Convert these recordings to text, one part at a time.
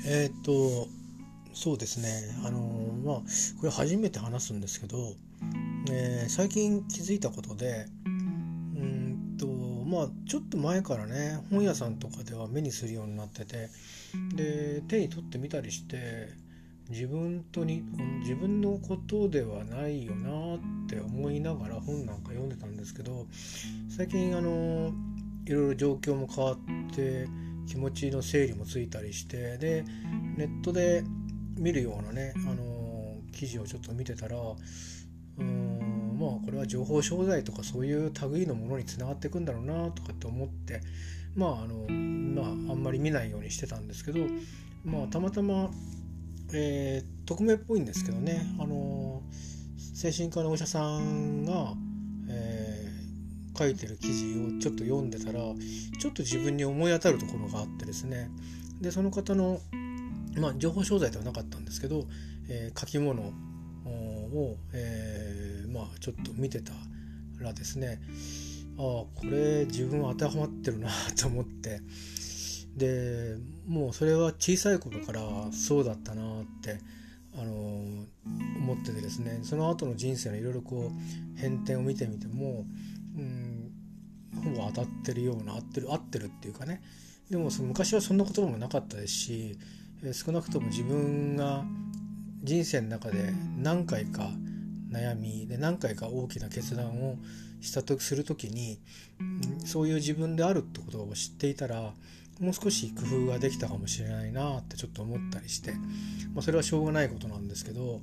えーっとそうですね。これ初めて話すんですけど、最近気づいたことで、ちょっと前からね、本屋さんとかでは目にするようになってて、で手に取ってみたりして、自分のことではないよなって思いながら本なんか読んでたんですけど、最近いろいろ状況も変わって気持ちの整理もついたりして、でネットで見るようなね、記事をちょっと見てたら、これは情報商材とかそういう類のものにつながっていくんだろうなとかって思って、あんまり見ないようにしてたんですけど、たまたま、匿名っぽいんですけどね、精神科のお医者さんが、書いてる記事をちょっと読んでたら、ちょっと自分に思い当たるところがあってですね、でその方の、情報商材ではなかったんですけど、書き物を、ちょっと見てたらですね、これ自分は当てはまってるなと思って、でもうそれは小さい頃からそうだったなって、思っててですね、その後の人生のいろいろこう変遷を見てみても、ほぼ当たってるような、合ってるっていうかね。でも昔はそんな言葉もなかったですし、少なくとも自分が人生の中で何回か悩みで何回か大きな決断をするときに、そういう自分であるってことを知っていたら、もう少し工夫ができたかもしれないなってちょっと思ったりして、それはしょうがないことなんですけど、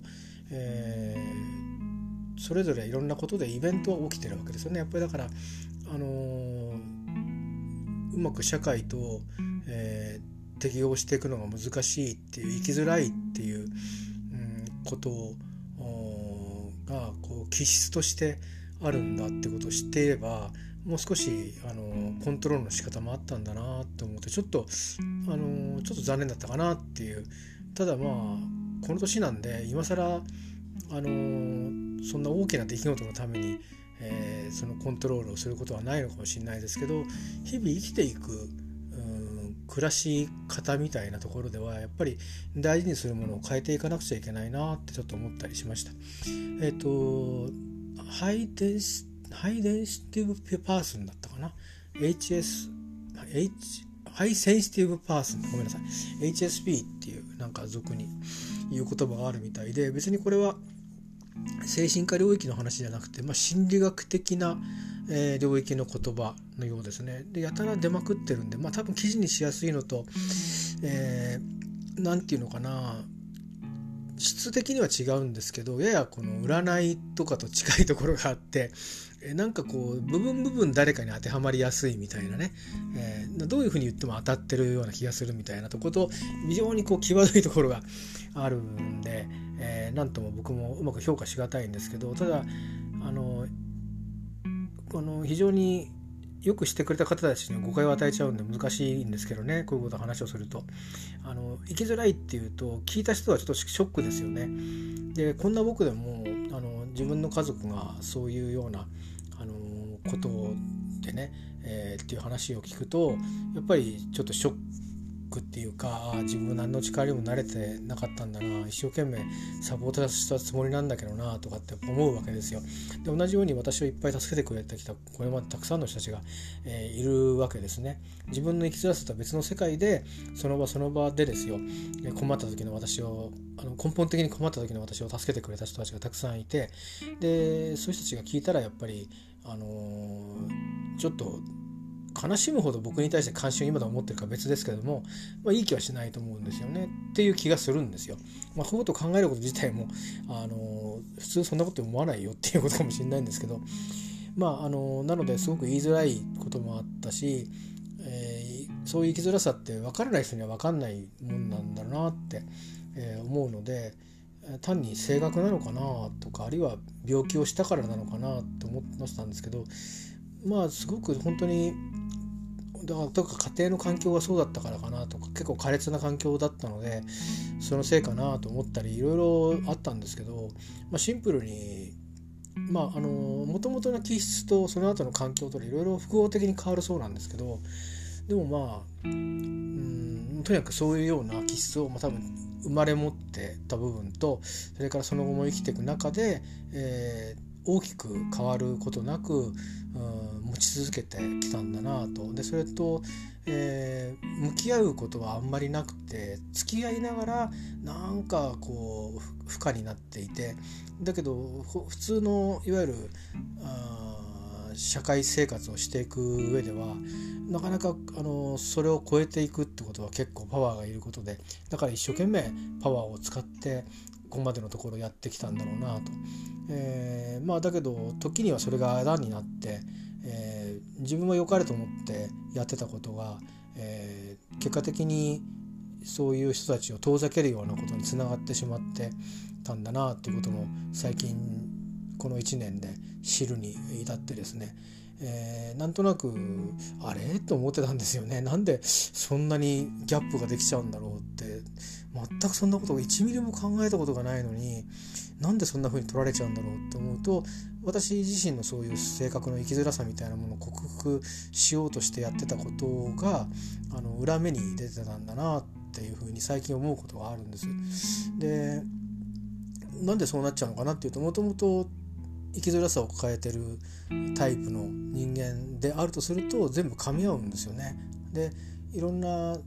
それぞれいろんなことでイベントは起きてるわけですよね。やっぱりだから、うまく社会と、適応していくのが難しいっていう、生きづらいっていう、ことがこう気質としてあるんだってことを知っていれば、もう少しコントロールの仕方もあったんだなと思って、ちょっと残念だったかなっていう。ただこの年なんで今更そんな大きな出来事のために、そのコントロールをすることはないのかもしれないですけど、日々生きていく暮らし方みたいなところではやっぱり大事にするものを変えていかなくちゃいけないなってちょっと思ったりしました。ハイデンシティブパーソンだったかな、 ハイセンシティブパーソン、ごめんなさい、 HSP っていうなんか俗に言う言葉があるみたいで、別にこれは精神科領域の話じゃなくて、心理学的な、領域の言葉のようですね。でやたら出まくってるんで、多分記事にしやすいのと、なんていうのかな、質的には違うんですけど、ややこの占いとかと近いところがあって、なんかこう部分誰かに当てはまりやすいみたいなね、どういうふうに言っても当たってるような気がするみたいなところと、非常にこう際どいところがあるんで、なんとも僕もうまく評価しがたいんですけど、ただこの非常によくしてくれた方たちに誤解を与えちゃうんで難しいんですけどね、こういうことを話をすると生きづらいっていうと、聞いた人はちょっとショックですよね。でこんな僕でも自分の家族がそういうようなことでね、っていう話を聞くと、やっぱりちょっとショックっていうか、自分何の力にも慣れてなかったんだな、一生懸命サポートしたつもりなんだけどなとかって思うわけですよ。で同じように私をいっぱい助けてくれてきたこれまでたくさんの人たちが、いるわけですね。自分の生きづらさとは別の世界でその場でですよ、困った時の私を根本的に困った時の私を助けてくれた人たちがたくさんいて、でそういう人たちが聞いたらやっぱりちょっと悲しむほど僕に対して関心を今でも持ってるか別ですけれども、いい気はしないと思うんですよねっていう気がするんですよ。こういうことを考えること自体も普通そんなこと思わないよっていうことかもしれないんですけど、なのですごく言いづらいこともあったし、そういう生きづらさって分からない人には分かんないもんなんだなって、思うので、単に性格なのかなとか、あるいは病気をしたからなのかなと思ってたんですけど、すごく本当にとか家庭の環境がそうだったからかなとか、結構苛烈な環境だったのでそのせいかなと思ったり、いろいろあったんですけど、シンプルにもともとの気質とその後の環境とでいろいろ複合的に変わるそうなんですけど、 でもとにかくそういうような気質を、多分生まれ持ってた部分と、それからその後も生きていく中で、大きく変わることなく、持ち続けてきたんだなと。でそれと、向き合うことはあんまりなくて、付き合いながらなんかこう負荷になっていて、だけど普通のいわゆる社会生活をしていく上ではなかなかそれを超えていくってことは結構パワーがいることで、だから一生懸命パワーを使ってここまでのところやってきたんだろうなと。だけど時にはそれがあだになって、自分は良かれと思ってやってたことが、結果的にそういう人たちを遠ざけるようなことにつながってしまってたんだなっていうことも最近この1年で知るに至ってですね、なんとなくあれと思ってたんですよね。なんでそんなにギャップができちゃうんだろうって、全くそんなことを1ミリも考えたことがないのに、なんでそんな風に取られちゃうんだろうって思うと、私自身のそういう性格の生きづらさみたいなものを克服しようとしてやってたことが裏目に出てたんだなっていう風に最近思うことがあるんです。で、なんでそうなっちゃうのかなっていうと、もともと生きづらさを抱えてるタイプの人間であるとすると全部噛み合うんですよね。でいろんな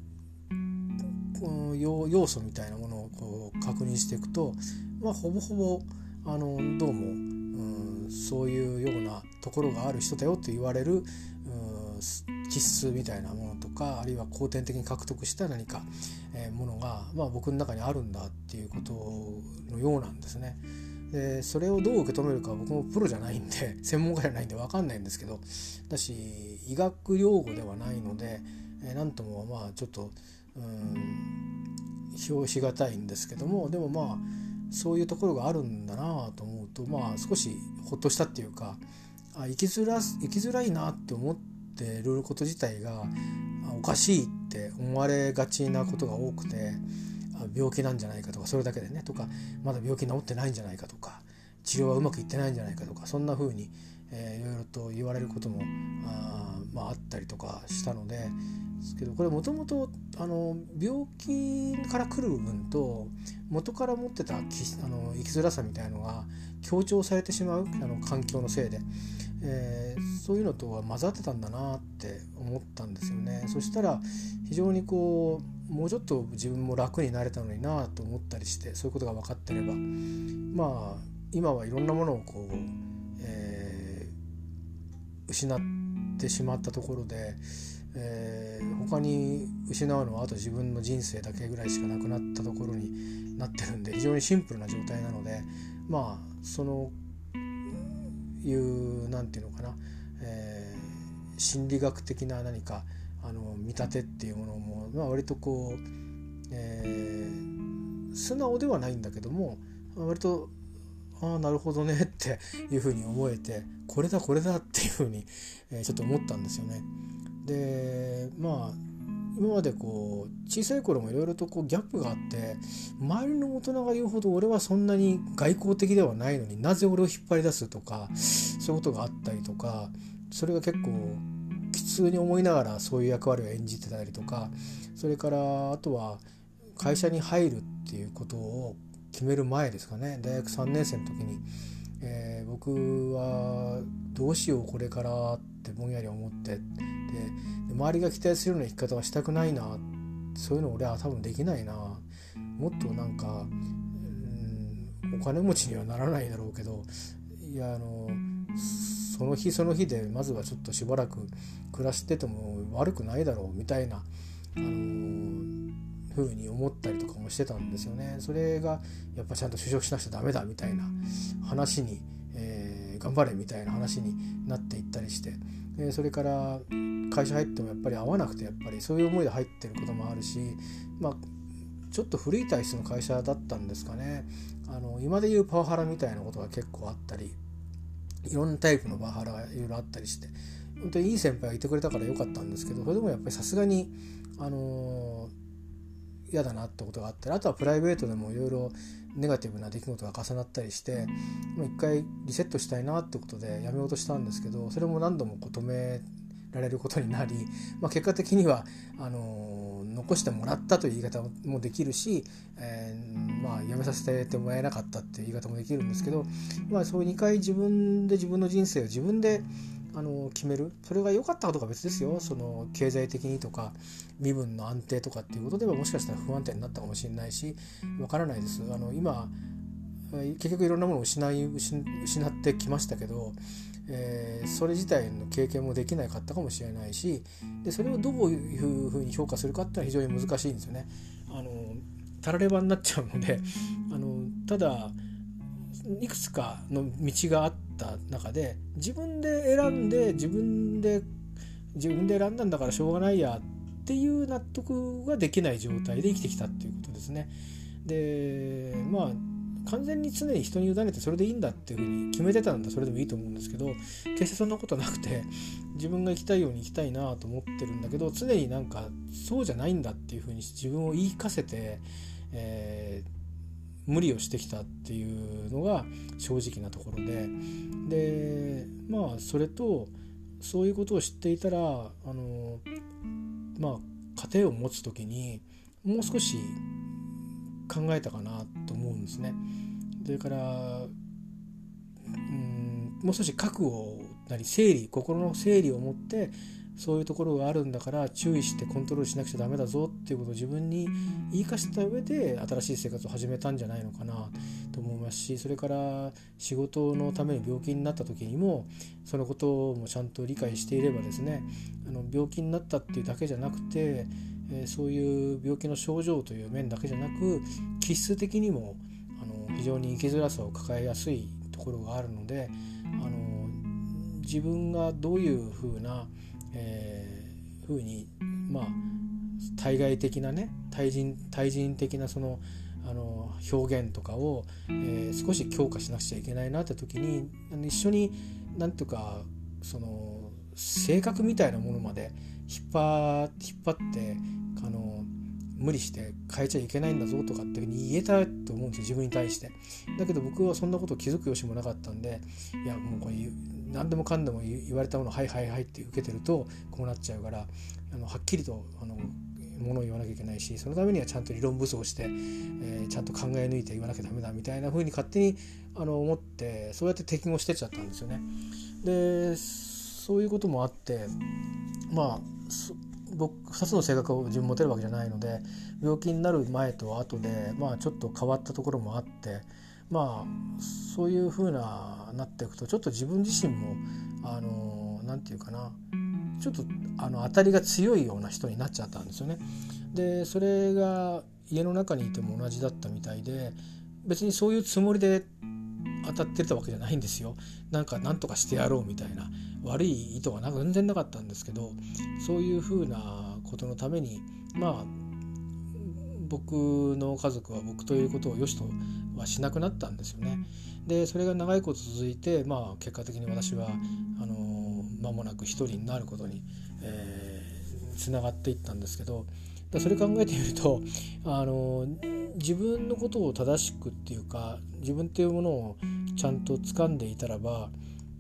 要素みたいなものをこう確認していくと、ほぼほぼどうもそういうようなところがある人だよと言われる気質みたいなものとか、あるいは後天的に獲得した何かものが、僕の中にあるんだっていうことのようなんですね。でそれをどう受け止めるか、僕もプロじゃないんで専門家じゃないんで分かんないんですけど、だし医学用語ではないのでなんともちょっと評しがたいんですけども、でもそういうところがあるんだなと思うと、少しほっとしたっていうか、生きづらいなって思ってること自体がおかしいって思われがちなことが多くて、病気なんじゃないかとか、それだけでねとか、まだ病気治ってないんじゃないかとか、治療はうまくいってないんじゃないかとか、そんな風にいろいろと言われることもあったりとかしたのですけど、これもともと病気から来る部分と元から持ってた生きづらさみたいのが強調されてしまう環境のせいで、そういうのとは混ざってたんだなって思ったんですよね。そしたら非常にもうちょっと自分も楽になれたのになと思ったりして、そういうことが分かってれば今はいろんなものを失ってしまったところで、他に失うのはあと自分の人生だけぐらいしかなくなったところになってるんで、非常にシンプルな状態なので、そのいうなんていうのかな、心理学的な何か見立てっていうものも、割と素直ではないんだけども、割となるほどねっていうふうに思えて、これだっていうふうに、ちょっと思ったんですよね。で今まで小さい頃もいろいろとギャップがあって、周りの大人が言うほど俺はそんなに外交的ではないのになぜ俺を引っ張り出すとか、そういうことがあったりとか、それが結構きつに思いながらそういう役割を演じてたりとか、それからあとは会社に入るっていうことを決める前ですかね、大学3年生の時に、僕はどうしようこれからってぼんやり思って、で周りが期待するような生き方はしたくないな、そういうの俺は多分できないな、もっとなんかお金持ちにはならないだろうけど、いやその日その日でまずはちょっとしばらく暮らしてても悪くないだろうみたいな風に思ったりとかもしてたんですよね。それがやっぱちゃんと就職しなくちゃダメだみたいな話に、頑張れみたいな話になっていったりして、それから会社入ってもやっぱり合わなくて、やっぱりそういう思いで入ってることもあるし、ちょっと古い体質の会社だったんですかね。今でいうパワハラみたいなことが結構あったり、いろんなタイプのパワハラがいろいろあったりして、本当にいい先輩がいてくれたからよかったんですけど、それでもやっぱりさすがに嫌だなってことがあったり、あとはプライベートでもいろいろネガティブな出来事が重なったりして、一回リセットしたいなってことでやめようとしたんですけど、それも何度も止められることになり、結果的には残してもらったという言い方もできるし、辞めさせてもらえなかったっていう言い方もできるんですけど、そう2回自分の人生を自分で決める、それが良かったかどうかは別ですよ。その経済的にとか身分の安定とかっていうことではもしかしたら不安定になったかもしれないし、わからないです。今結局いろんなものを失ってきましたけど、それ自体の経験もできなかったかもしれないし、でそれをどういうふうに評価するかっていうのは非常に難しいんですよね。たらればになっちゃうので、ただいくつかの道があった中で自分で選んで自分で選んだんだからしょうがないやっていう納得ができない状態で生きてきたっていうことですね。で完全に常に人に委ねてそれでいいんだっていうふうに決めてたんだ、それでもいいと思うんですけど、決してそんなことなくて、自分が生きたいように生きたいなと思ってるんだけど、常になんかそうじゃないんだっていうふうに自分を言い聞かせて、無理をしてきたっていうのが正直なところで、それとそういうことを知っていたら家庭を持つ時にもう少し考えたかなと思うんですね。それからもう少し覚悟なり心の整理を持って、そういうところがあるんだから注意してコントロールしなくちゃダメだぞっていうことを自分に言い聞かせた上で新しい生活を始めたんじゃないのかなと思いますし、それから仕事のために病気になった時にもそのこともちゃんと理解していればですね、病気になったっていうだけじゃなくて、そういう病気の症状という面だけじゃなく気質的にも非常に生きづらさを抱えやすいところがあるので、自分がどういうふうなふうに対外的なね対人的なその表現とかを、少し強化しなくちゃいけないなって時に一緒になんとかその性格みたいなものまで引っ張って無理して変えちゃいけないんだぞとかっていうふうに言えたと思うんですよ、自分に対して。だけど僕はそんなことを気づく由もなかったんで、いやもうこれ何でもかんでも言われたものをはいって受けてるとこうなっちゃうから、はっきりとものを言わなきゃいけないし、そのためにはちゃんと理論武装して、ちゃんと考え抜いて言わなきゃダメだみたいな風に勝手に思って、そうやって適合してっちゃったんですよね。でそういうこともあって僕2つの性格を自分持てるわけじゃないので、病気になる前と後でちょっと変わったところもあって、そういう風なっていくとちょっと自分自身もなんていうかな、ちょっと当たりが強いような人になっちゃったんですよね。でそれが家の中にいても同じだったみたいで、別にそういうつもりで当たってたわけじゃないんですよ。なんとかしてやろうみたいな悪い意図は全然なかったんですけど、そういうふうなことのために僕の家族は僕ということを良しとはしなくなったんですよね。でそれが長いこと続いて、結果的に私は間もなく一人になることにつながっていったんですけど、それ考えてみると自分のことを正しくっていうか、自分っていうものをちゃんと掴んでいたらば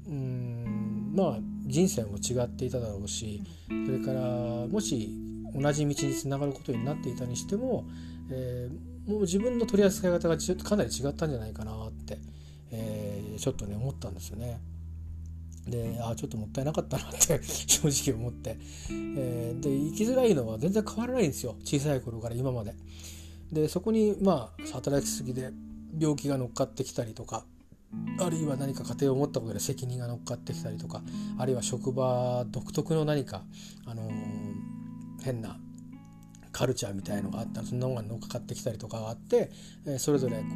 人生も違っていただろうし、それからもし同じ道につながることになっていたにしても、もう自分の取り扱い方がかなり違ったんじゃないかなって、ちょっとね思ったんですよね。でちょっともったいなかったなって正直思って、で生きづらいのは全然変わらないんですよ、小さい頃から今まで。でそこに働きすぎで病気が乗っかってきたりとか、あるいは何か家庭を持ったことで責任が乗っかってきたりとか、あるいは職場独特の何か、変なカルチャーみたいのがあったらそんなものが乗っかってきたりとかがあって、それぞれ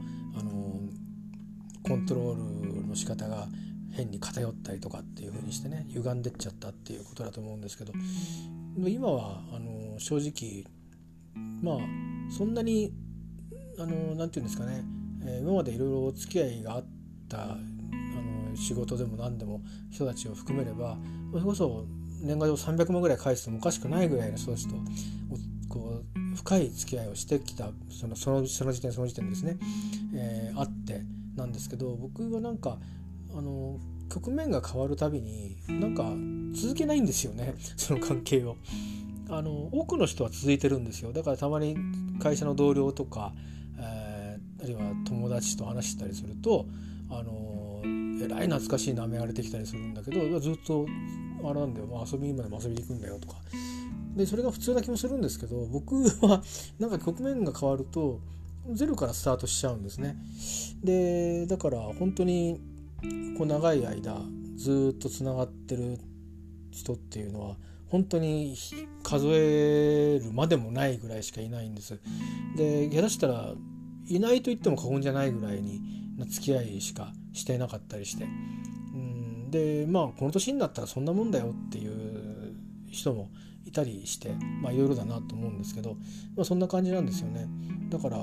コントロールの仕方が変に偏ったりとかっていう風にしてね、歪んでっちゃったっていうことだと思うんですけど、今は正直そんなになんていうんですかね、今までいろいろお付き合いがあった仕事でも何でも人たちを含めれば、それこそ年賀状300万ぐらい返してもおかしくないぐらいの人たちと深い付き合いをしてきたその時点ですね、あってなんですけど、僕は局面が変わるたびにず続けないんですよね、その関係を。多くの人は続いてるんですよ。だからたまに会社の同僚とか、あるいは友達と話したりするとえらい懐かしい名前が出てきたりするんだけど、ずっとあれなんだよ、遊びにも遊びに行くんだよとかで、それが普通な気もするんですけど、僕はなんか局面が変わるとゼロからスタートしちゃうんですね。でだから本当に長い間ずっとつながってる人っていうのは本当に数えるまでもないぐらいしかいないんです。で下手したらいないと言っても過言じゃないぐらいに付き合いしかしていなかったりして、でこの年になったらそんなもんだよっていう人もいたりして、いろいろだなと思うんですけど、そんな感じなんですよね。だから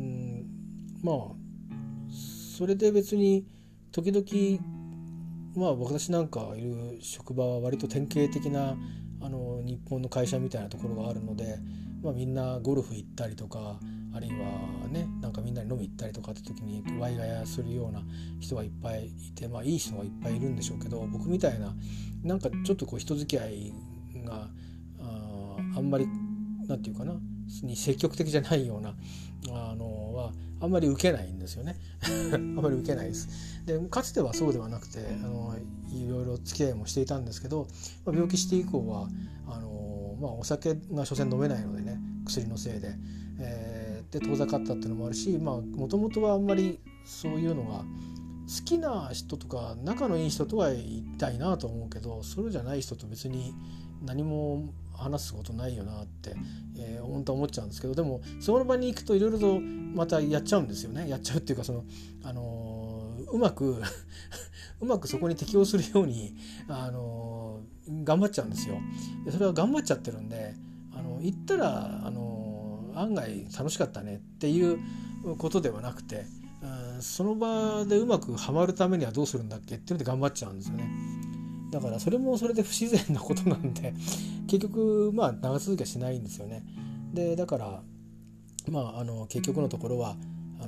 それで別に時々私なんかいる職場は割と典型的な日本の会社みたいなところがあるので、みんなゴルフ行ったりとか、あるいはねなんかみんなに飲み行ったりとかって時にワイガヤするような人がいっぱいいて、いい人がいっぱいいるんでしょうけど、僕みたいななんかちょっと人付き合いがあんまりなんていうかなに積極的じゃないようなはあんまり受けないんですよねあんまり受けないです。でかつてはそうではなくていろいろ付き合いもしていたんですけど、病気して以降はお酒が所詮飲めないのでね、薬のせいで、で遠ざかったっていうのもあるし、もともとはあんまりそういうのが好きな人とか仲のいい人とは言いたいなと思うけど、それじゃない人と別に何も話すことないよなって、本当は思っちゃうんですけど、でもその場に行くといろいろとまたやっちゃうんですよね。やっちゃうっていうかうまくうまくそこに適応するように頑張っちゃうんですよ。でそれは頑張っちゃってるんで行ったら案外楽しかったねっていうことではなくて、その場でうまくはまるためにはどうするんだっけっていうので頑張っちゃうんですよね。だからそれもそれで不自然なことなんで結局長続きはしないんですよね。でだから結局のところは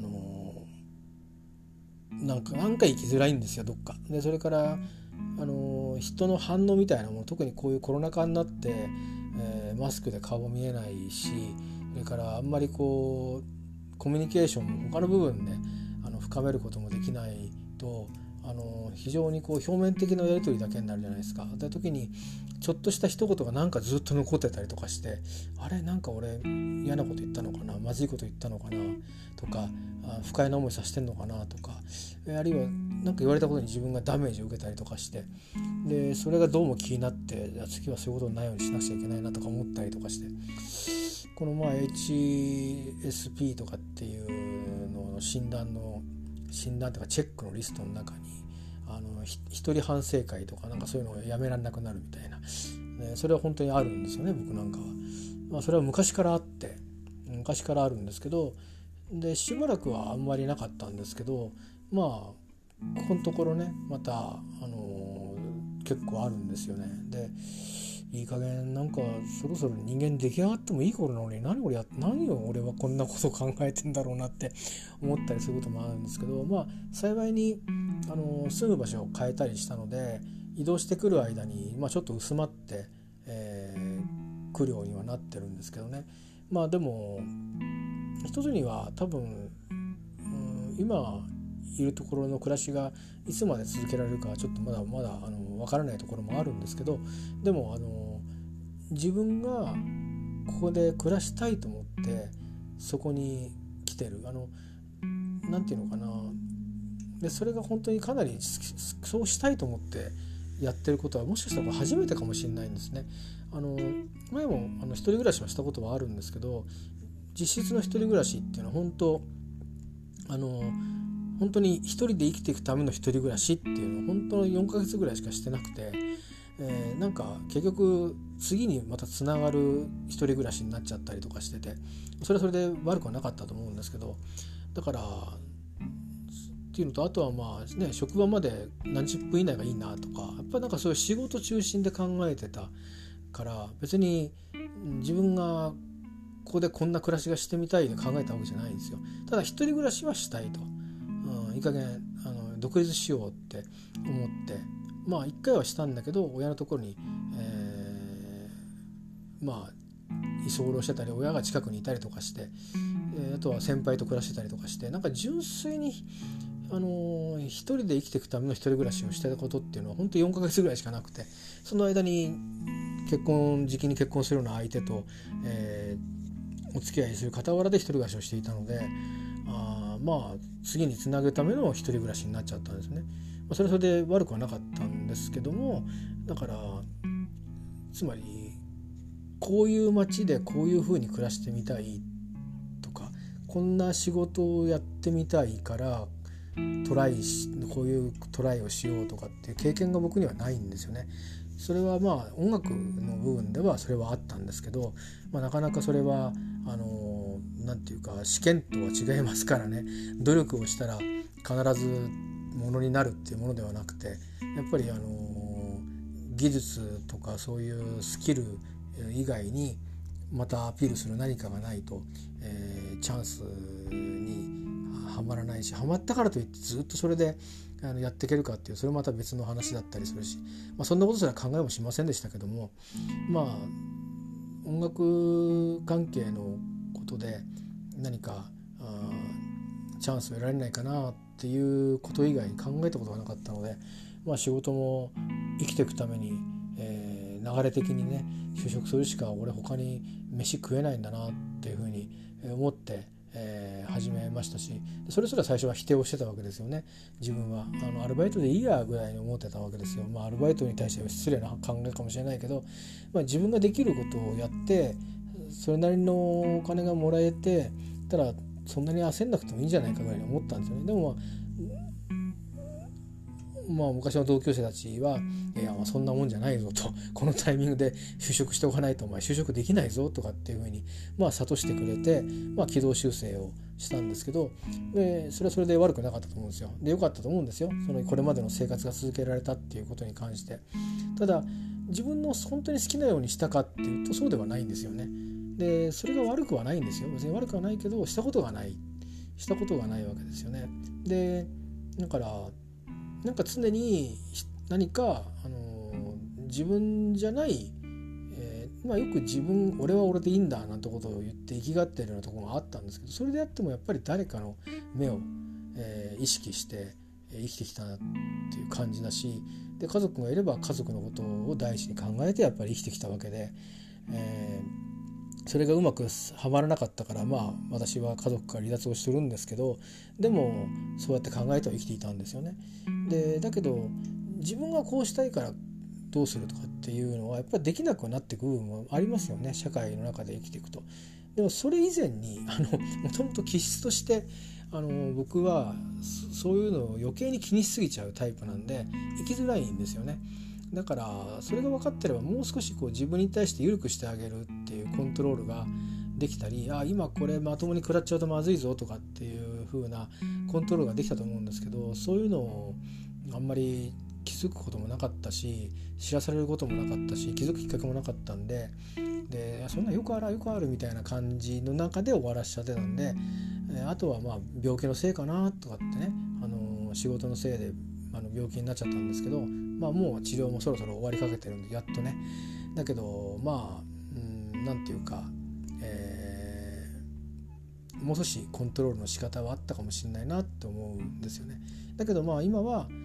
なんか生きづらいんですよ、どっかで。それから人の反応みたいなもの、特にこういうコロナ禍になって、マスクで顔も見えないし、それからあんまりコミュニケーションも他の部分で深めることもできないと非常に表面的なやり取りだけになるじゃないですか。で時にちょっとした一言がなんかずっと残ってたりとかして、あれなんか俺嫌なこと言ったのかな、まずいこと言ったのかなとか、不快な思いさせてんのかなとか、あるいはなんか言われたことに自分がダメージを受けたりとかして、でそれがどうも気になって、次はそういうことないようにしなくちゃいけないなとか思ったりとかして、このHSP とかっていうのの診断とかチェックのリストの中に一人反省会とかなんかそういうのをやめられなくなるみたいな、それは本当にあるんですよね、僕なんかは。それは昔からあるんですけど、でしばらくはあんまりなかったんですけど、ここのところねまた、結構あるんですよね。でいい加減なんかそろそろ人間出来上がってもいい頃なのに何を俺はこんなこと考えてんだろうなって思ったりすることもあるんですけど、幸いに住む場所を変えたりしたので移動してくる間に、ちょっと薄まって、来るようにはなってるんですけどね。でも一つには多分、今いるところの暮らしがいつまで続けられるかちょっとまだ分からないところもあるんですけど、でも自分がここで暮らしたいと思ってそこに来てるなんていうのかな、でそれが本当にかなりそうしたいと思ってやってることはもしかしたら初めてかもしれないんですね。前も一人暮らしはしたことはあるんですけど、実質の一人暮らしっていうのは本当に一人で生きていくための一人暮らしっていうのは本当の4ヶ月ぐらいしかしてなくて、なんか結局次にまたつながる一人暮らしになっちゃったりとかしてて、それはそれで悪くはなかったと思うんですけど、だからっていうのと、あとは職場まで何十分以内がいいなとか、やっぱなんかそういう仕事中心で考えてたから、別に自分がここでこんな暮らしがしてみたいで考えたわけじゃないんですよ。ただ一人暮らしはしたいと、いい加減独立しようって思って一回はしたんだけど、親のところに、居候してたり、親が近くにいたりとかして、あとは先輩と暮らしてたりとかして、なんか純粋に一人で生きていくための一人暮らしをしてたことっていうのは本当4ヶ月ぐらいしかなくて、その間に時期に結婚するような相手と、お付き合いする傍らで一人暮らしをしていたので、次につなぐための一人暮らしになっちゃったんですね。それはそれで悪くはなかったんですけども、だからつまりこういう街でこういう風に暮らしてみたいとか、こんな仕事をやってみたいからこういうトライをしようとかっていう経験が僕にはないんですよね。それは音楽の部分ではそれはあったんですけど、なかなかそれはなんていうか試験とは違いますからね。努力をしたら必ずものになるっていうものではなくて、やっぱり技術とかそういうスキル以外にまたアピールする何かがないと、チャンスにはまらないし、はまったからといってずっとそれでやっていけるかっていう、それまた別の話だったりするし、そんなことすら考えもしませんでしたけども、音楽関係のことで何かチャンスを得られないかなっていうこと以外に考えたことがなかったので、仕事も生きていくために、流れ的にね就職するしか俺他に飯食えないんだなっていうふうに思って、始めましたし、それすら最初は否定をしてたわけですよね。自分はアルバイトでいいやぐらいに思ってたわけですよ。アルバイトに対しては失礼な考えかもしれないけど、自分ができることをやってそれなりのお金がもらえてたらそんなに焦んなくてもいいんじゃないかぐらいに思ったんですよね。でも昔の同級生たちはいやそんなもんじゃないぞと、このタイミングで就職しておかないとお前就職できないぞとかっていうふうに諭してくれて、軌道修正をしたんですけど、それはそれで悪くなかったと思うんですよ。で良かったと思うんですよ、これまでの生活が続けられたっていうことに関して。ただ自分の本当に好きなようにしたかっていうとそうではないんですよね。でそれが悪くはないんですよ。別に悪くはないけどしたことがないわけですよね。でだからなんか常に何か、自分じゃない、よく俺は俺でいいんだなんてことを言って生きがっているようなところがあったんですけど、それであってもやっぱり誰かの目を、意識して生きてきたなっていう感じだし、で家族がいれば家族のことを第一に考えてやっぱり生きてきたわけで、それがうまくはまらなかったから私は家族から離脱をしてるんですけど、でもそうやって考えては生きていたんですよね。だけど自分がこうしたいからどうするとかっていうのはやっぱりできなくなっていく部分もありますよね、社会の中で生きていくと。でもそれ以前にもともと気質として僕はそういうのを余計に気にしすぎちゃうタイプなんで生きづらいんですよね。だからそれが分かってればもう少し自分に対して緩くしてあげるっていうコントロールができたり、今これまともに食らっちゃうとまずいぞとかっていう風なコントロールができたと思うんですけど、そういうのをあんまり気づくこともなかったし、知らされることもなかったし、気づくきっかけもなかったんで、そんなよくあるみたいな感じの中で終わらしちゃってたんで、あとは病気のせいかなとかってね、仕事のせいで病気になっちゃったんですけど、もう治療もそろそろ終わりかけてるんでやっとね。だけどなんていうか、もう少しコントロールの仕方はあったかもしれないなって思うんですよね。だけど今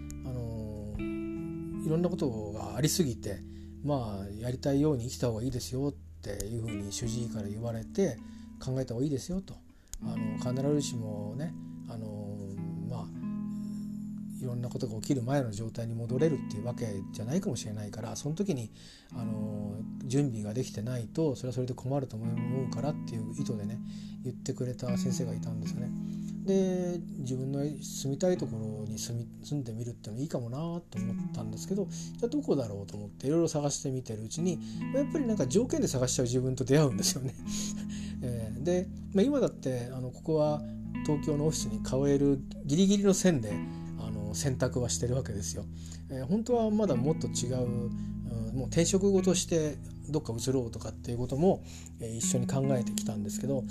はいろんなことがありすぎてやりたいように生きた方がいいですよっていうふうに主治医から言われて、考えた方がいいですよと、必ずしもねいろんなことが起きる前の状態に戻れるっていうわけじゃないかもしれないから、その時に準備ができてないとそれはそれで困ると思うからっていう意図でね言ってくれた先生がいたんですよね。で自分の住みたいところに住んでみるっていうのはいいかもなと思ったんですけど、じゃあどこだろうと思っていろいろ探してみてるうちにやっぱりなんか条件で探しちゃう自分と出会うんですよね。で、今だってここは東京のオフィスに通えるギリギリの線で選択はしてるわけですよ。本当はまだもっと違う、もう転職後としてどっか移ろうとかっていうことも、一緒に考えてきたんですけど、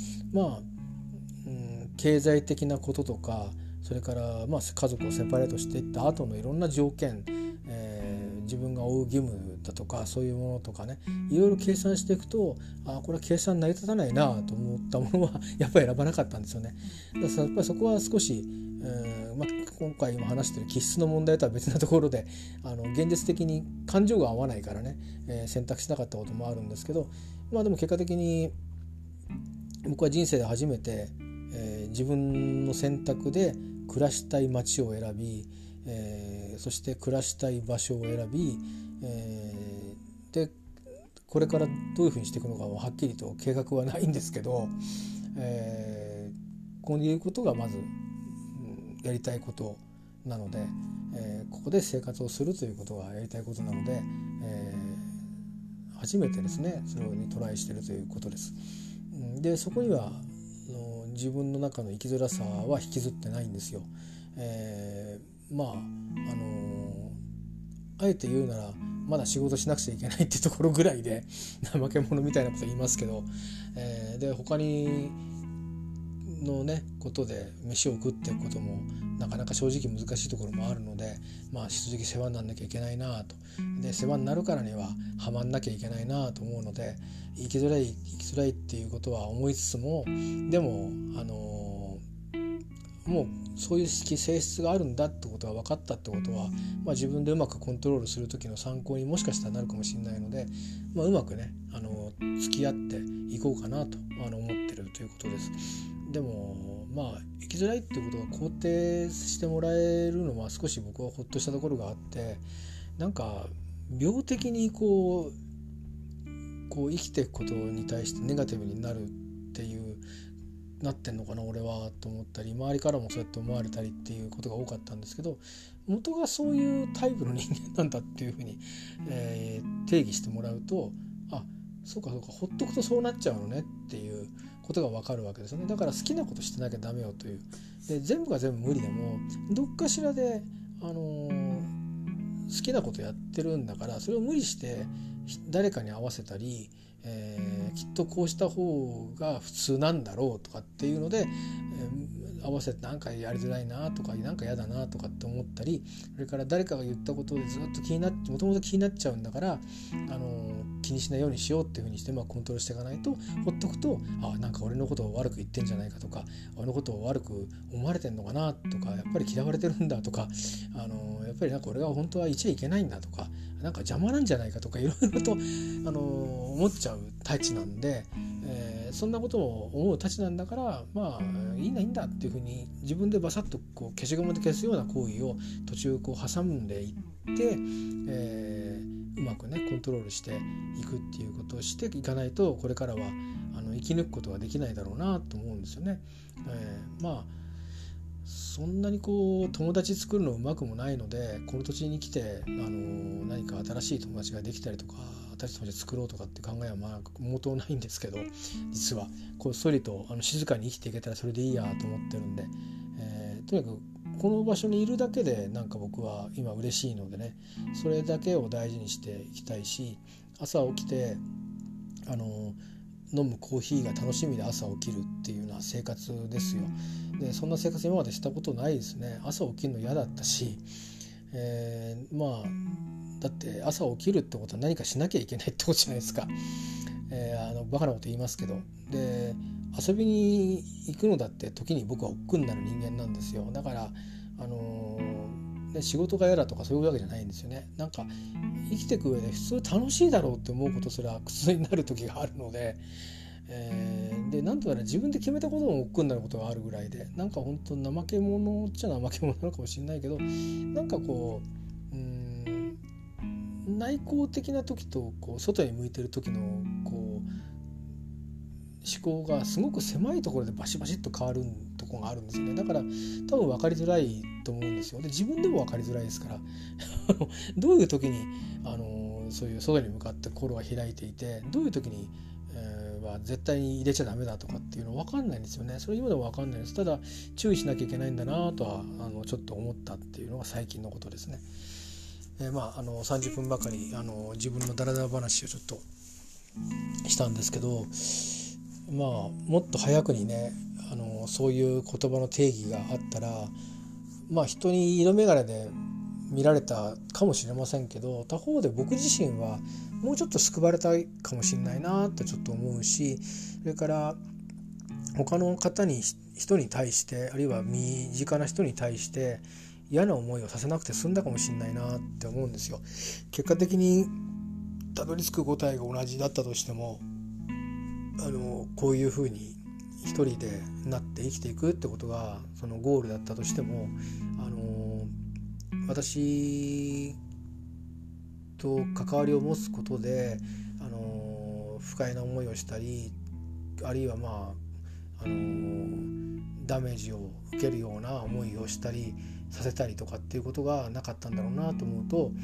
経済的なこととかそれから家族をセパレートしていった後のいろんな条件、 自分が負う義務だとかそういうものとかね、いろいろ計算していくと、これは計算成り立たないなと思ったものはやっぱり選ばなかったんですよね。だからやっぱりそこは少し、今回今話している気質の問題とは別なところで現実的に感情が合わないからね、選択しなかったこともあるんですけど、でも結果的に僕は人生で初めて、自分の選択で暮らしたい街を選び、そして暮らしたい場所を選び、でこれからどういうふうにしていくのかははっきりと計画はないんですけど、こういうことがまず、やりたいことなので、ここで生活をするということがやりたいことなので、初めてですねそれにトライしているということです。でそこには自分の中の生きづらさは引きずってないんですよ。あえて言うならまだ仕事しなくちゃいけないってところぐらいで怠け者みたいなこと言いますけど、で他にのねことで飯を食っていくこともなかなか正直難しいところもあるので、引き続き世話にならなきゃいけないなと。で世話になるからにはハマんなきゃいけないなと思うので、生きづらいっていうことは思いつつも、でももうそういう性質があるんだってことが分かったってことは、自分でうまくコントロールする時の参考にもしかしたらなるかもしれないので、うまくね付き合っていこうかなと思ってるということです。でも生きづらいっていうことが肯定してもらえるのは少し僕はほっとしたところがあって、なんか病的にこう生きていくことに対してネガティブになるっていうなってんのかな俺はと思ったり、周りからもそうやって思われたりっていうことが多かったんですけど、元がそういうタイプの人間なんだっていうふうに、定義してもらうと、そうかほっとくとそうなっちゃうのねっていうことが分かるわけですよね。だから好きなことしてなきゃダメよという。で全部が全部無理でもどっかしらで、好きなことやってるんだから、それを無理して誰かに合わせたり、きっとこうした方が普通なんだろうとかっていうので、合わせてなんかやりづらいなとかなんか嫌だなとかって思ったり、それから誰かが言ったことでずっともともと気になっちゃうんだから、気にしないようにしようっていうふうにしてコントロールしていかないと、ほっとくとなんか俺のことを悪く言ってんじゃないかとか、俺のことを悪く思われてんのかなとか、やっぱり嫌われてるんだとか、やっぱりなんか俺が本当は言っちゃいけないんだとか、なんか邪魔なんじゃないかとかいろいろと、思っちゃうたちなんで、そんなことを思うたちなんだから、いいんだっていうふうに自分でバサッと消しゴムで消すような行為を途中挟んでいって、うまくねコントロールしていくっていうことをしていかないと、これからは生き抜くことができないだろうなと思うんですよね。そんなに友達作るのうまくもないので、この土地に来て何か新しい友達ができたりとか、新しい友達作ろうとかって考えは毛頭ないんですけど、実はこっそりと静かに生きていけたらそれでいいやと思ってるんで、とにかくこの場所にいるだけでなんか僕は今嬉しいのでね、それだけを大事にしていきたいし、朝起きて飲むコーヒーが楽しみで朝起きるっていうような生活ですよ。でそんな生活今までしたことないですね。朝起きるの嫌だったし、だって朝起きるってことは何かしなきゃいけないってことじゃないですか。バカなこと言いますけど、で遊びに行くのだって時に僕は億劫になる人間なんですよ。だから仕事が嫌だとかそういうわけじゃないんですよね。なんか生きていく上で普通楽しいだろうって思うことすら苦痛になる時があるので、なんとなく自分で決めたことも億劫になることがあるぐらいで、なんか本当怠け者っちゃ怠け者なのかもしれないけど、なんか内向的な時と外に向いてる時の思考がすごく狭いところでバシバシッと変わるところがあるんですよね。だから多分分かりづらいと思うんですよ。で自分でも分かりづらいですからどういう時にそういう外に向かって心が開いていて、どういう時に、は絶対に入れちゃダメだとかっていうの分かんないんですよね。それ今でも分かんないです。ただ注意しなきゃいけないんだなとはちょっと思ったっていうのが最近のことですね。30分ばかり自分のダラダラ話をちょっとしたんですけど、もっと早くにねそういう言葉の定義があったら、人に色眼鏡で見られたかもしれませんけど、他方で僕自身はもうちょっと救われたいかもしれないなとちょっと思うし、それから他の人に対して、あるいは身近な人に対して嫌な思いをさせなくて済んだかもしれないなって思うんですよ。結果的にたどり着く答えが同じだったとしても、こういうふうに一人でなって生きていくってことがそのゴールだったとしても、私と関わりを持つことで、不快な思いをしたり、あるいはダメージを受けるような思いをしたりさせたりとかっていうことがなかったんだろうなと思うと、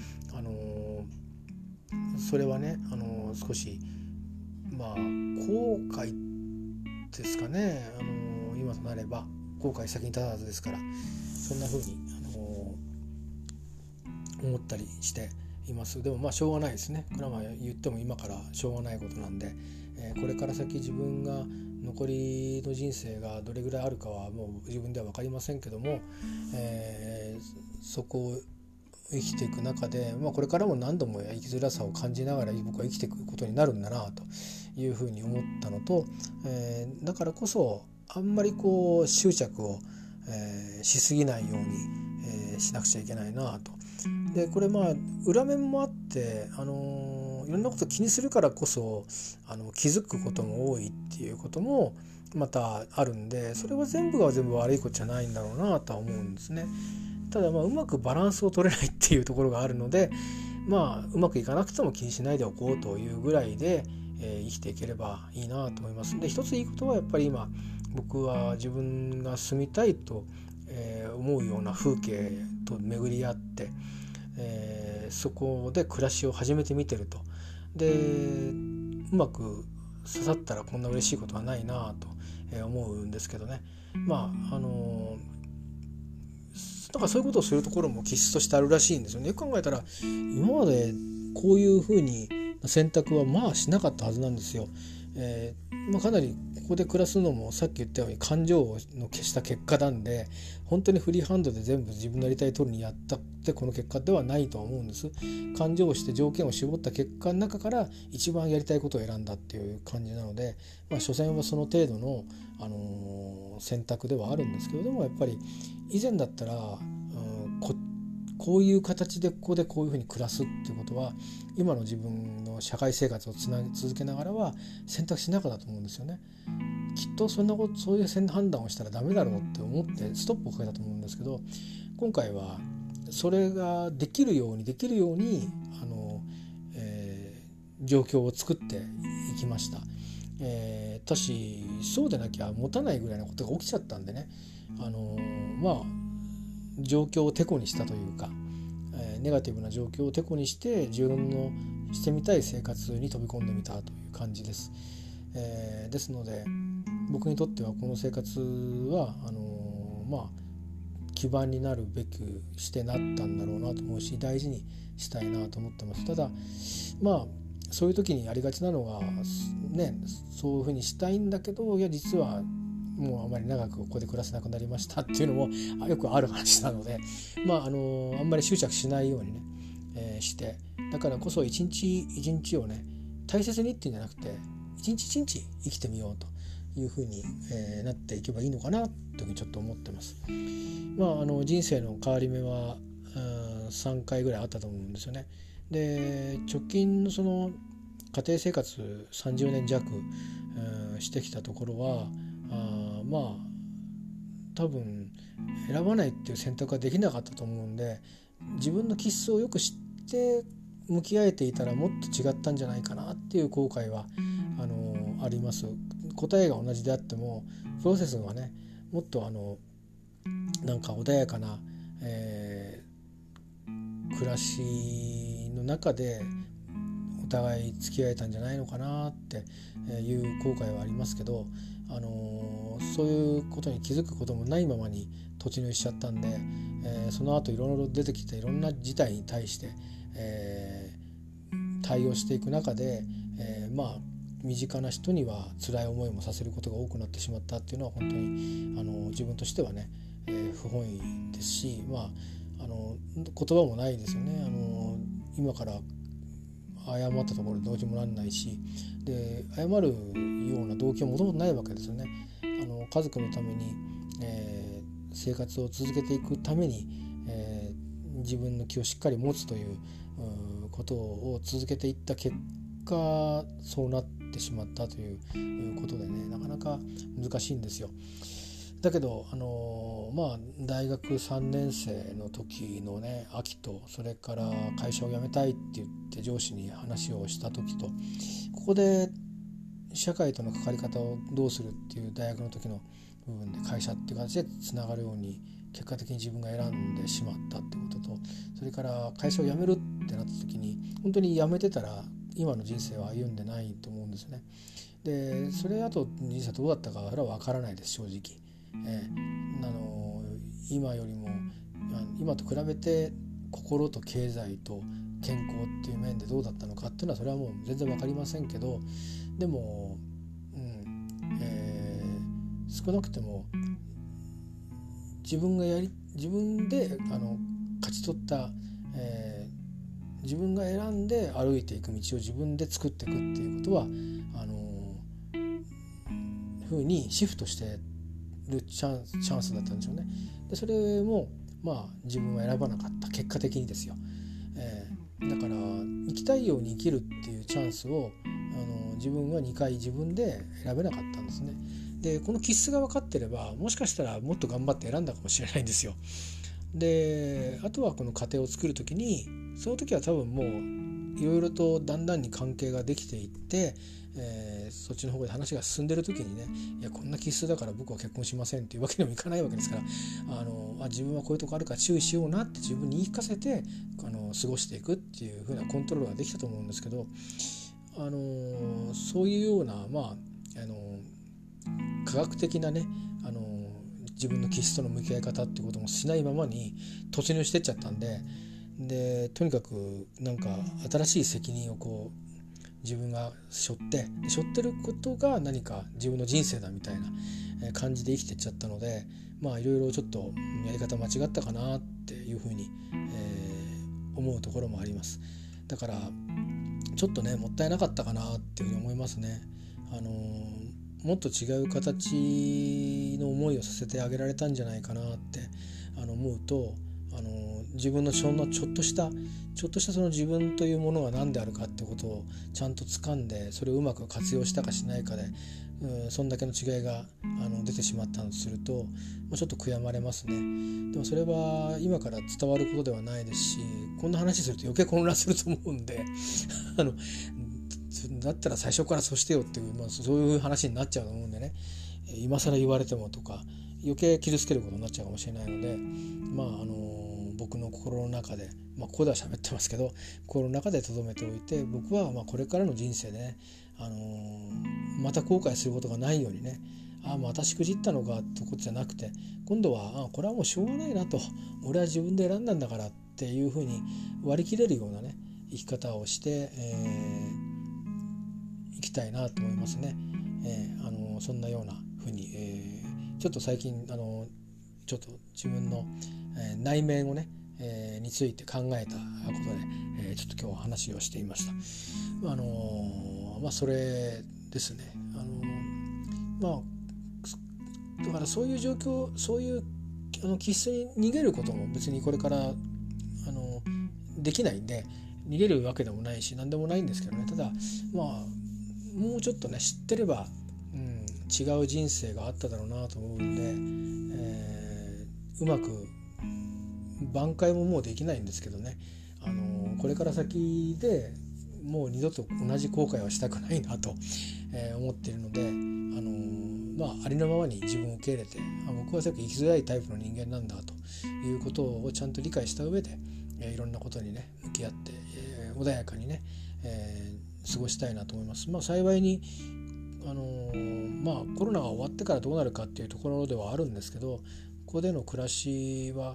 それはね、少し後悔ですかね。今となれば後悔先に立たずですから、そんな風に思ったりしています。でもしょうがないですね。これは言っても今からしょうがないことなんで、これから先自分が残りの人生がどれぐらいあるかはもう自分では分かりませんけども、そこを生きていく中で、これからも何度も生きづらさを感じながら僕は生きていくことになるんだなというふうに思ったのと、だからこそあんまり執着を、しすぎないように、しなくちゃいけないなと。でこれ裏面もあって、いろんなこと気にするからこそ気づくことも多いっていうこともまたあるんで、それは全部が全部悪いことじゃないんだろうなとは思うんですね。ただうまくバランスを取れないっていうところがあるので、うまくいかなくても気にしないでおこうというぐらいで、生きていければいいなと思います。で一ついいことはやっぱり今僕は自分が住みたいと、思うような風景と巡り合って、そこで暮らしを始めてみてると。でうまく刺さったらこんな嬉しいことはないなと思うんですけどね。だからそういうことをするところも気質としてあるらしいんですよね。よく考えたら今までこういうふうに選択はしなかったはずなんですよ。かなりここで暮らすのもさっき言ったように感情を消した結果なんで、本当にフリーハンドで全部自分のやりたい通りにやったってこの結果ではないとは思うんです。感情をして条件を絞った結果の中から一番やりたいことを選んだっていう感じなので、所詮はその程度の、選択ではあるんですけれども、やっぱり以前だったら、こういう形でここでこういうふうに暮らすっていうことは今の自分の社会生活を続けながらは選択しなかったと思うんですよね。きっとそういう判断をしたらダメだろうって思ってストップをかけたと思うんですけど、今回はそれができるように状況を作っていきました。私そうでなきゃ持たないぐらいのことが起きちゃったんでね、状況をテコにしたというか、ネガティブな状況をテコにして自分のしてみたい生活に飛び込んでみたという感じです。ですので僕にとってはこの生活は基盤になるべくしてなったんだろうなと思うし、大事にしたいなと思ってます。ただそういう時にありがちなのがね、そういうふうにしたいんだけど、いや実はもうあまり長くここで暮らせなくなりましたっていうのもよくある話なので、あんまり執着しないようにね、してだからこそ一日一日をね大切にっていうんじゃなくて一日一日生きてみようというふうに、なっていけばいいのかなというふうにちょっと思ってます。人生の変わり目は3回ぐらいあったと思うんですよね。で直近のその家庭生活30年弱、してきたところは多分選ばないっていう選択ができなかったと思うんで、自分の気質をよく知って向き合えていたらもっと違ったんじゃないかなっていう後悔はあります。答えが同じであってもプロセスはねもっとなんか穏やかな、暮らしの中でお互い付き合えたんじゃないのかなっていう後悔はありますけど、そういうことに気づくこともないままに突入しちゃったんで、その後いろいろ出てきたいろんな事態に対して、対応していく中で、身近な人には辛い思いもさせることが多くなってしまったっていうのは本当に自分としてはね、不本意ですし、 言葉もないですよね。今から謝ったところでどうにもなんないし、で謝るような動機はもともとないわけですよね。家族のために、生活を続けていくために、自分の気をしっかり持つということを続けていった結果、そうなってしまったということでね、なかなか難しいんですよ。だけど大学3年生の時のね秋と、それから会社を辞めたいって言って上司に話をした時と、ここで社会との関わり方をどうするっていう大学の時の部分で会社っていう形でつながるように結果的に自分が選んでしまったっていうことと、それから会社を辞めるってなった時に本当に辞めてたら今の人生は歩んでないと思うんですね。でそれあと人生どうだったかは分からないです、正直。今よりも今と比べて心と経済と健康っていう面でどうだったのかっていうのはそれはもう全然分かりませんけど、でも、少なくても自分で勝ち取った、自分が選んで歩いていく道を自分で作っていくっていうことはふうにシフトしてるチャンスだったんでしょうね。でそれも自分は選ばなかった、結果的にですよ。だから生きたいように生きるっていうチャンスを自分は2回自分で選べなかったんですね。でこの気質が分かってればもしかしたらもっと頑張って選んだかもしれないんですよ。であとはこの家庭を作る時に、その時は多分もういろいろとだんだんに関係ができていって、そっちの方で話が進んでる時にね、いやこんな気質だから僕は結婚しませんっていうわけにもいかないわけですから、自分はこういうとこあるから注意しようなって自分に言い聞かせて過ごしていくっていう風なコントロールができたと思うんですけど、そういうような科学的なね自分の気質との向き合い方っていうこともしないままに突入してっちゃったんで、とにかくなんか新しい責任を自分が背負ってることが何か自分の人生だみたいな感じで生きてっちゃったので、いろいろちょっとやり方間違ったかなっていうふうに、思うところもあります。だからちょっとねもったいなかったかなっていうふうに思いますね。もっと違う形の思いをさせてあげられたんじゃないかなって思うと、自分のそのちょっとしたその自分というものが何であるかってことをちゃんと掴んで、それをうまく活用したかしないかで、そんだけの違いが出てしまったとすると、ちょっと悔やまれますね。でもそれは今から伝わることではないですし、こんな話すると余計混乱すると思うんでだったら最初からそうしてよっていう、そういう話になっちゃうと思うんでね、今更言われてもとか余計傷つけることになっちゃうかもしれないので、僕の心の中で、ここでは喋ってますけど心の中で留めておいて、僕はこれからの人生でね、また後悔することがないようにね、またしくじったのかってことじゃなくて、今度はこれはもうしょうがないなと、俺は自分で選んだんだからっていうふうに割り切れるようなね生き方をして、生きたいなと思いますね。そんなようなふうに、ちょっと最近ちょっと自分の、内面をね、について考えたことで、ちょっと今日話をしていました。それですね。だからそういう状況、そういう気質に逃げることも別にこれからできないんで、逃げるわけでもないし何でもないんですけどね。ただもうちょっとね知ってれば、違う人生があっただろうなと思うんで、うまく挽回ももうできないんですけどね、これから先でもう二度と同じ後悔はしたくないなと、思っているので、ありのままに自分を受け入れて、僕はすごく生きづらいタイプの人間なんだということをちゃんと理解した上で、いろんなことにね向き合って、穏やかにね、過ごしたいなと思います。幸いにコロナが終わってからどうなるかっていうところではあるんですけど、ここでの暮らしは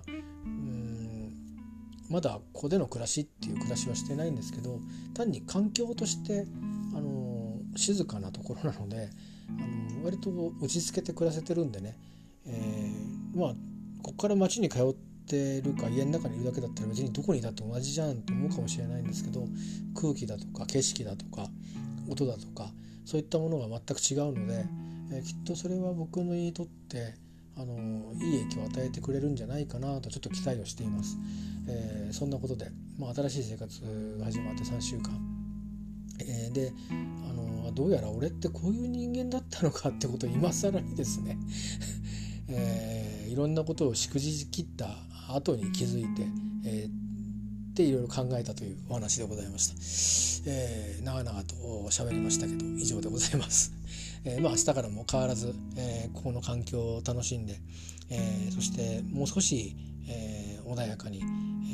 まだここでの暮らしっていう暮らしはしてないんですけど、単に環境として静かなところなので割と落ち着けて暮らせてるんでね、ここから街に通っってるか家の中にいるだけだったら別にどこにいたって同じじゃんと思うかもしれないんですけど、空気だとか景色だとか音だとかそういったものが全く違うので、きっとそれは僕にとっていい影響を与えてくれるんじゃないかなとちょっと期待をしています。そんなことで、新しい生活が始まって3週間、でどうやら俺ってこういう人間だったのかってことを今更にですねいろんなことをしくじ切った後に気づいて、でいろいろ考えたというお話でございました。長々と喋りましたけど以上でございます。明日からも変わらず、ここの環境を楽しんで、そしてもう少し、穏やかに、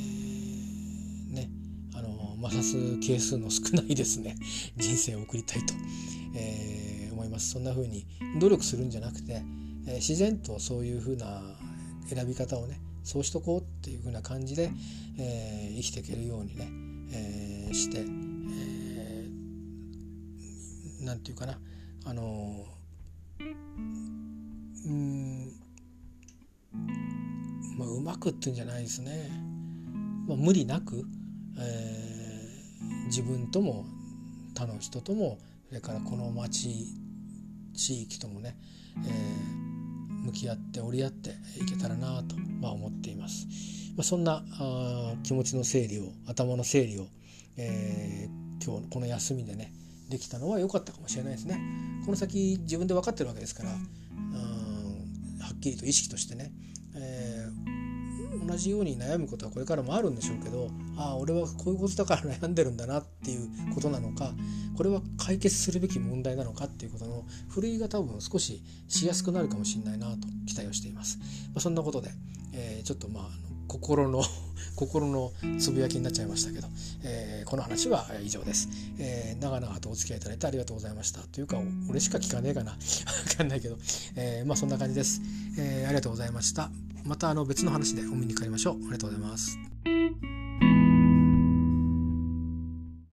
摩擦係数の少ないですね人生を送りたいと、思います。そんな風に努力するんじゃなくて、自然とそういう風な選び方をねそうしとこうっていう風な感じで、生きていけるようにね、して、なんていうかなうまくっていうんじゃないですね、無理なく、自分とも他の人ともそれからこの町地域ともね、向き合って折り合っていけたらなと、思っています。そんな気持ちの整理を頭の整理を、今日この休みでねできたのは良かったかもしれないですね。この先自分で分かってるわけですから、はっきりと意識としてね、同じように悩むことはこれからもあるんでしょうけど、俺はこういうことだから悩んでるんだなっていうことなのか、これは解決するべき問題なのかっていうことのふるいが多分少ししやすくなるかもしれないなと期待をしています。そんなことで、ちょっと心のつぶやきになっちゃいましたけど、この話は以上です。長々とお付き合いいただいてありがとうございました。というか俺しか聞かねえかな分かんないけど、そんな感じです。ありがとうございました。また別の話でお目にかかりましょう。ありがとうございます。